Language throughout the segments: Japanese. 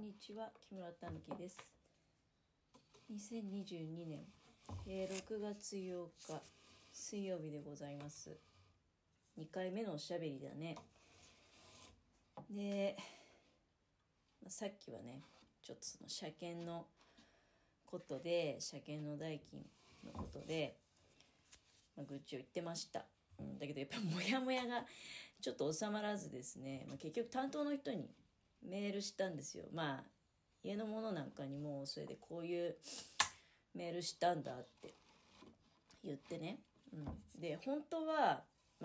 にちは、木村たぬきです。2022年、6月8日水曜日でございます。2回目のおしゃべりだね。で、さっきはね、ちょっとその車検のことで、車検の代金のことで、愚痴を言ってました。だけどやっぱモヤモヤがちょっと収まらずですね、結局担当の人にメールしたんですよ。家の者なんかにもそれでこういうメールしたんだって言ってね、で本当は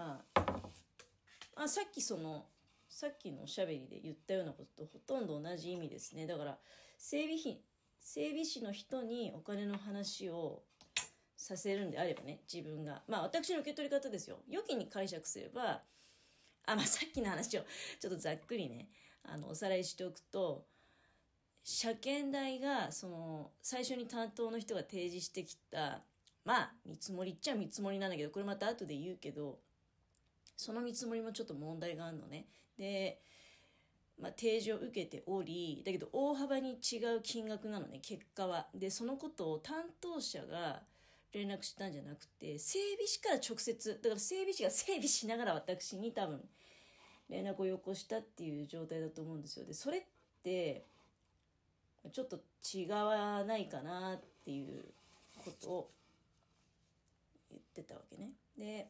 さっきのおしゃべりで言ったようなこととほとんど同じ意味ですね。だから整備士の人にお金の話をさせるんであればね、自分が私の受け取り方ですよ。良きに解釈すればさっきの話をちょっとざっくりねおさらいしておくと、車検代が最初に担当の人が提示してきた見積もりっちゃ見積もりなんだけど、これまた後で言うけど、その見積もりもちょっと問題があるのね。で提示を受けており、だけど大幅に違う金額なのね、結果は。でそのことを担当者が連絡したんじゃなくて、整備士から直接、だから整備士が整備しながら私に多分連絡をよこしたっていう状態だと思うんですよ。でそれってちょっと違わないかなっていうことを言ってたわけね。で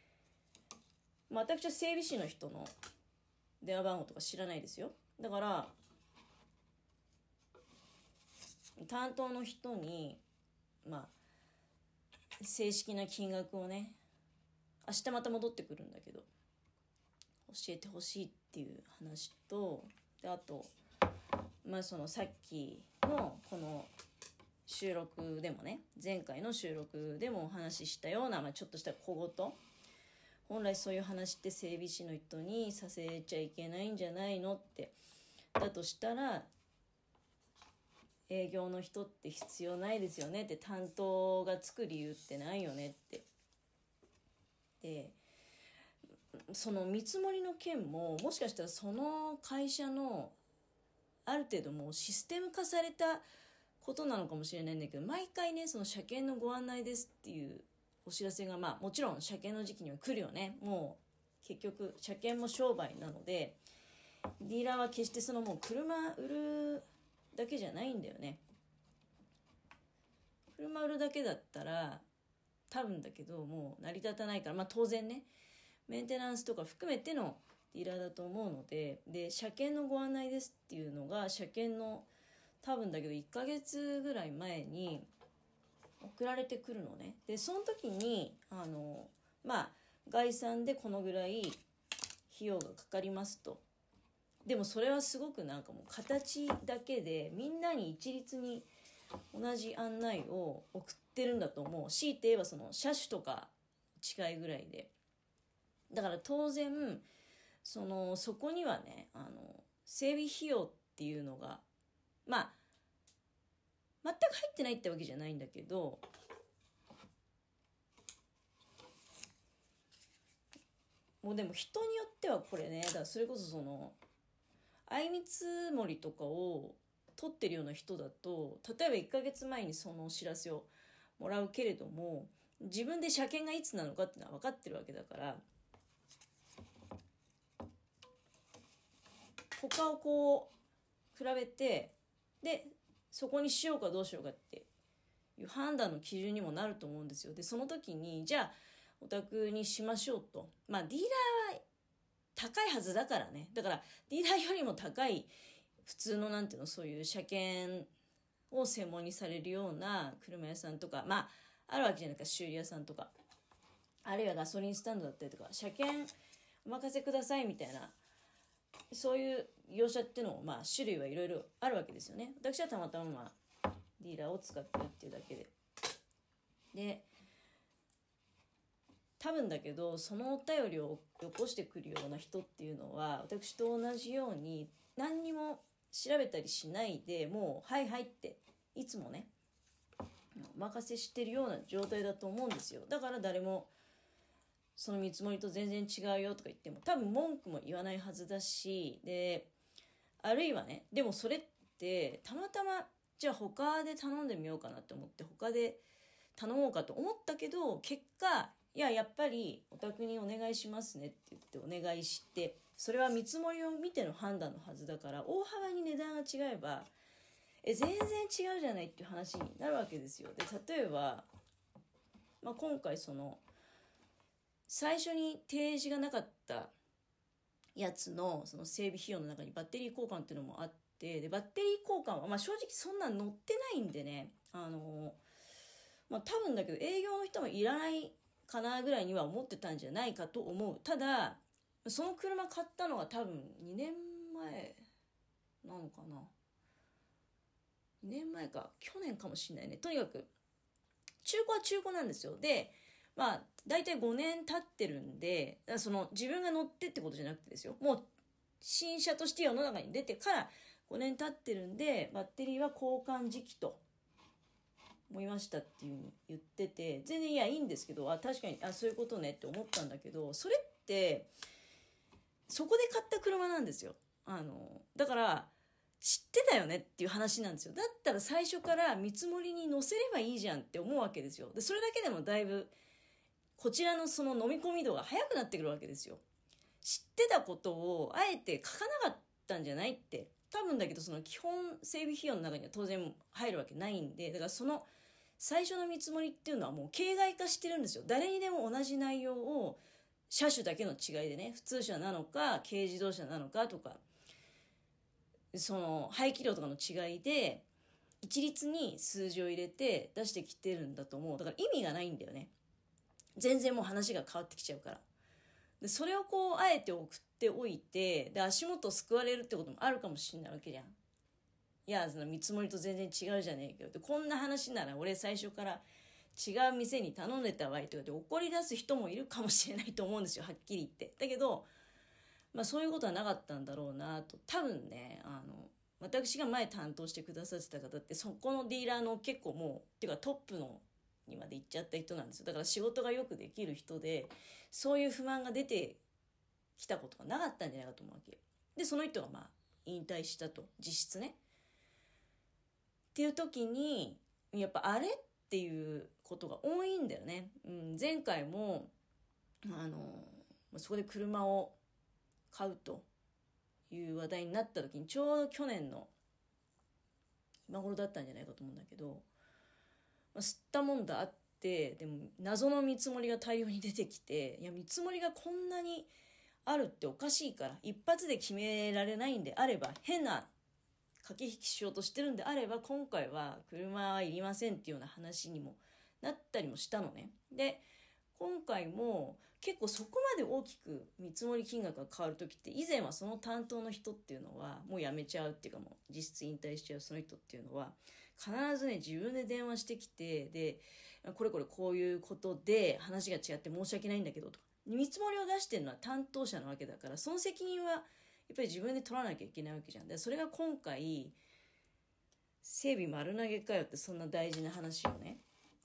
私は整備士の人の電話番号とか知らないですよ。だから担当の人に正式な金額をね、明日また戻ってくるんだけど教えてほしいっていう話と、であとそのさっきのこの収録でもね、前回の収録でもお話ししたような、ちょっとした小言、本来そういう話って整備士の人にさせちゃいけないんじゃないのって、だとしたら営業の人って必要ないですよねって、担当がつく理由ってないよねって。でその見積もりの件ももしかしたらその会社のある程度もうシステム化されたことなのかもしれないんだけど、毎回ねその車検のご案内ですっていうお知らせがもちろん車検の時期には来るよね。もう結局車検も商売なので、ディーラーは決してそのもう車売るだけじゃないんだよね。車売るだけだったら多分だけどもう成り立たないから、当然ねメンテナンスとか含めてのディーラーだと思うので、車検のご案内ですっていうのが車検の多分だけど1ヶ月ぐらい前に送られてくるのね。でその時に概算でこのぐらい費用がかかりますと。でもそれはすごくもう形だけでみんなに一律に同じ案内を送ってるんだと思う。強いて言えばその車種とか違いぐらいで、だから当然そこにはね整備費用っていうのが全く入ってないってわけじゃないんだけど、もうでも人によってはこれね、だからそれこそ相見積もりとかを取ってるような人だと、例えば1ヶ月前にそのお知らせをもらうけれども、自分で車検がいつなのかっていうのは分かってるわけだから、他をこう比べて、でそこにしようかどうしようかっていう判断の基準にもなると思うんですよ。でその時にじゃあお宅にしましょうと、ディーラーは高いはずだからね。だからディーラーよりも高い普通のそういう車検を専門にされるような車屋さんとかあるわけじゃないか、修理屋さんとか、あるいはガソリンスタンドだったりとか、車検お任せくださいみたいな、そういう業者っていうのも種類はいろいろあるわけですよね。私はたまたまディーラーを使ってるっていうだけで、多分だけどそのお便りをよこしてくるような人っていうのは私と同じように何にも調べたりしないで、もうはいはいっていつもねお任せしてるような状態だと思うんですよ。だから誰もその見積もりと全然違うよとか言っても多分文句も言わないはずだし、であるいはね、でもそれって、たまたまじゃあ他で頼んでみようかなって思って他で頼もうかと思ったけど、結果やっぱりお宅にお願いしますねって言ってお願いして、それは見積もりを見ての判断のはずだから、大幅に値段が違えば全然違うじゃないっていう話になるわけですよ。で例えば、今回その最初に提示がなかったやつのその整備費用の中にバッテリー交換っていうのもあって、でバッテリー交換は正直そんな載ってないんでね、多分だけど営業の人もいらないかなぐらいには思ってたんじゃないかと思う。ただその車買ったのが多分2年前なのかな、2年前か去年かもしれないね。とにかく中古は中古なんですよ。で大体5年経ってるんで、その自分が乗ってってことじゃなくてですよ、もう新車として世の中に出てから5年経ってるんで、バッテリーは交換時期と思いましたっていう風に言ってて、全然いいんですけど、確かにそういうことねって思ったんだけど、それってそこで買った車なんですよ。だから知ってたよねっていう話なんですよ。だったら最初から見積もりに載せればいいじゃんって思うわけですよ。でそれだけでもだいぶこちらのその飲み込み度が早くなってくるわけですよ。知ってたことをあえて書かなかったんじゃないって、多分だけどその基本整備費用の中には当然入るわけないんで、だからその最初の見積もりっていうのはもう形骸化してるんですよ。誰にでも同じ内容を車種だけの違いでね、普通車なのか軽自動車なのかとか、その排気量とかの違いで一律に数字を入れて出してきてるんだと思う。だから意味がないんだよね。全然もう話が変わってきちゃうから。でそれをこうあえて送っておいて、で足元を救われるってこともあるかもしれないわけじゃん。その見積もりと全然違うじゃねえけど、でこんな話なら俺最初から違う店に頼んでたわいとかで怒り出す人もいるかもしれないと思うんですよ、はっきり言って。だけどそういうことはなかったんだろうなと。多分ね、私が前担当してくださってた方ってそこのディーラーの結構もうっていうかトップのにまで行っちゃった人なんですよ。だから仕事がよくできる人で、そういう不満が出てきたことがなかったんじゃないかと思うわけで、その人が引退したと、実質ねっていう時にやっぱあれっていうことが多いんだよね。前回もそこで車を買うという話題になった時に、ちょうど去年の今頃だったんじゃないかと思うんだけど、吸ったもんだあって、でも謎の見積もりが大量に出てきて、見積もりがこんなにあるっておかしいから、一発で決められないんであれば、変な駆け引きしようとしてるんであれば、今回は車はいりませんっていうような話にもなったりもしたのね。で今回も結構そこまで大きく見積もり金額が変わる時って、以前はその担当の人っていうのはもう辞めちゃうっていうか、もう実質引退しちゃうその人っていうのは必ずね、自分で電話してきて、でこれこういうことで話が違って申し訳ないんだけどとか、見積もりを出してるのは担当者なわけだから、その責任はやっぱり自分で取らなきゃいけないわけじゃん。でそれが今回整備丸投げかよって、そんな大事な話をね、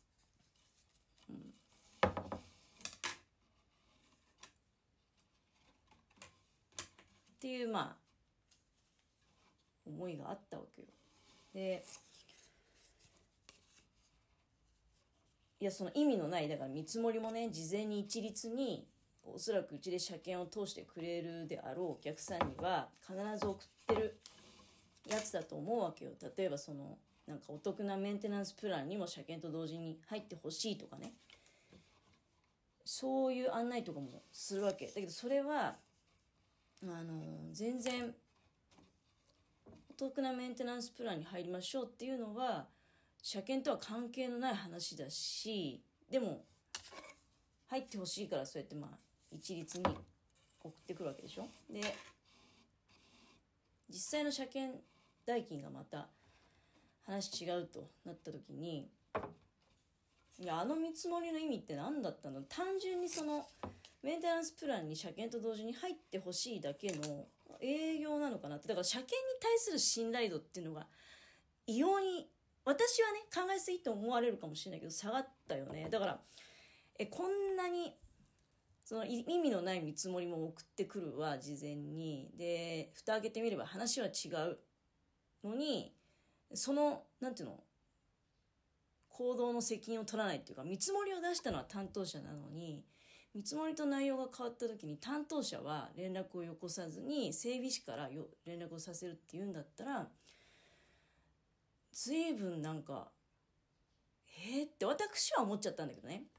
っていう思いがあったわけよ。でその意味のない、だから見積もりもね、事前に一律におそらくうちで車検を通してくれるであろうお客さんには必ず送ってるやつだと思うわけよ。例えばそのなんかお得なメンテナンスプランにも車検と同時に入ってほしいとかね、そういう案内とかもするわけだけど、それは全然お得なメンテナンスプランに入りましょうっていうのは車検とは関係のない話だし、でも入ってほしいからそうやって一律に送ってくるわけでしょ。で実際の車検代金がまた話違うとなった時に、あの見積もりの意味って何だったの。単純にそのメンテナンスプランに車検と同時に入ってほしいだけの営業なのかなって。だから車検に対する信頼度っていうのが異様に、私はね考えすぎと思われるかもしれないけど下がったよね。だからこんなにその意味のない見積もりも送ってくるわ事前に。で蓋開けてみれば話は違う。 のに、そのなんていうの、行動の責任を取らないっていうか、見積もりを出したのは担当者なのに、見積もりと内容が変わった時に担当者は連絡をよこさずに整備士から連絡をさせるっていうんだったら、随分なんかって私は思っちゃったんだけどね。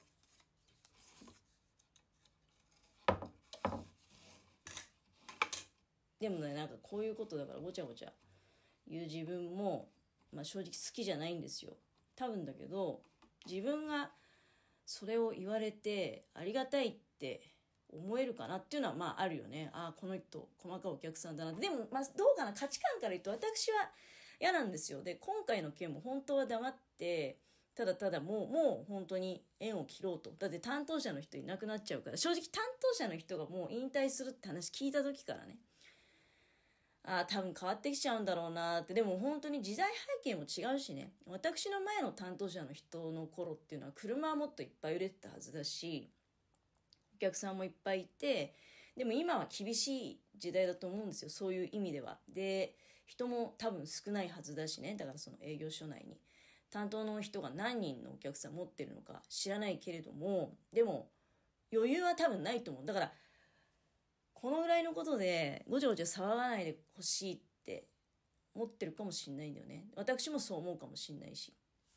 でもね、なんかこういうことだからごちゃごちゃ言う自分も、正直好きじゃないんですよ。多分だけど、自分がそれを言われてありがたいって思えるかなっていうのはあるよね。この人細かいお客さんだな。でもどうかな、価値観から言うと私は嫌なんですよ。で、今回の件も本当は黙ってただただもう本当に縁を切ろうと。だって担当者の人いなくなっちゃうから、正直担当者の人がもう引退するって話聞いた時からね、多分変わってきちゃうんだろうなって。でも本当に時代背景も違うしね。私の前の担当者の人の頃っていうのは車はもっといっぱい売れてたはずだし、お客さんもいっぱいいて、でも今は厳しい時代だと思うんですよ、そういう意味では。で、人も多分少ないはずだしね。だからその営業所内に担当の人が何人のお客さん持ってるのか知らないけれども、でも余裕は多分ないと思う。だからこのぐらいのことでごちゃごちゃ騒がないでほしいって思ってるかもしれないんだよね。私もそう思うかもしれないし、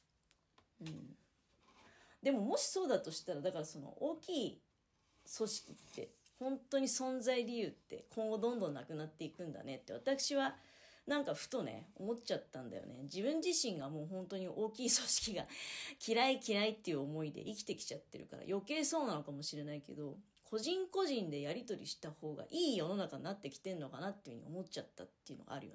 でももしそうだとしたら、だからその大きい組織って本当に存在理由って今後どんどんなくなっていくんだねって、私はなんかふとね思っちゃったんだよね。自分自身がもう本当に大きい組織が嫌いっていう思いで生きてきちゃってるから余計そうなのかもしれないけど、個人個人でやり取りした方がいい世の中になってきてんのかなっていうふうに思っちゃったっていうのがあるよ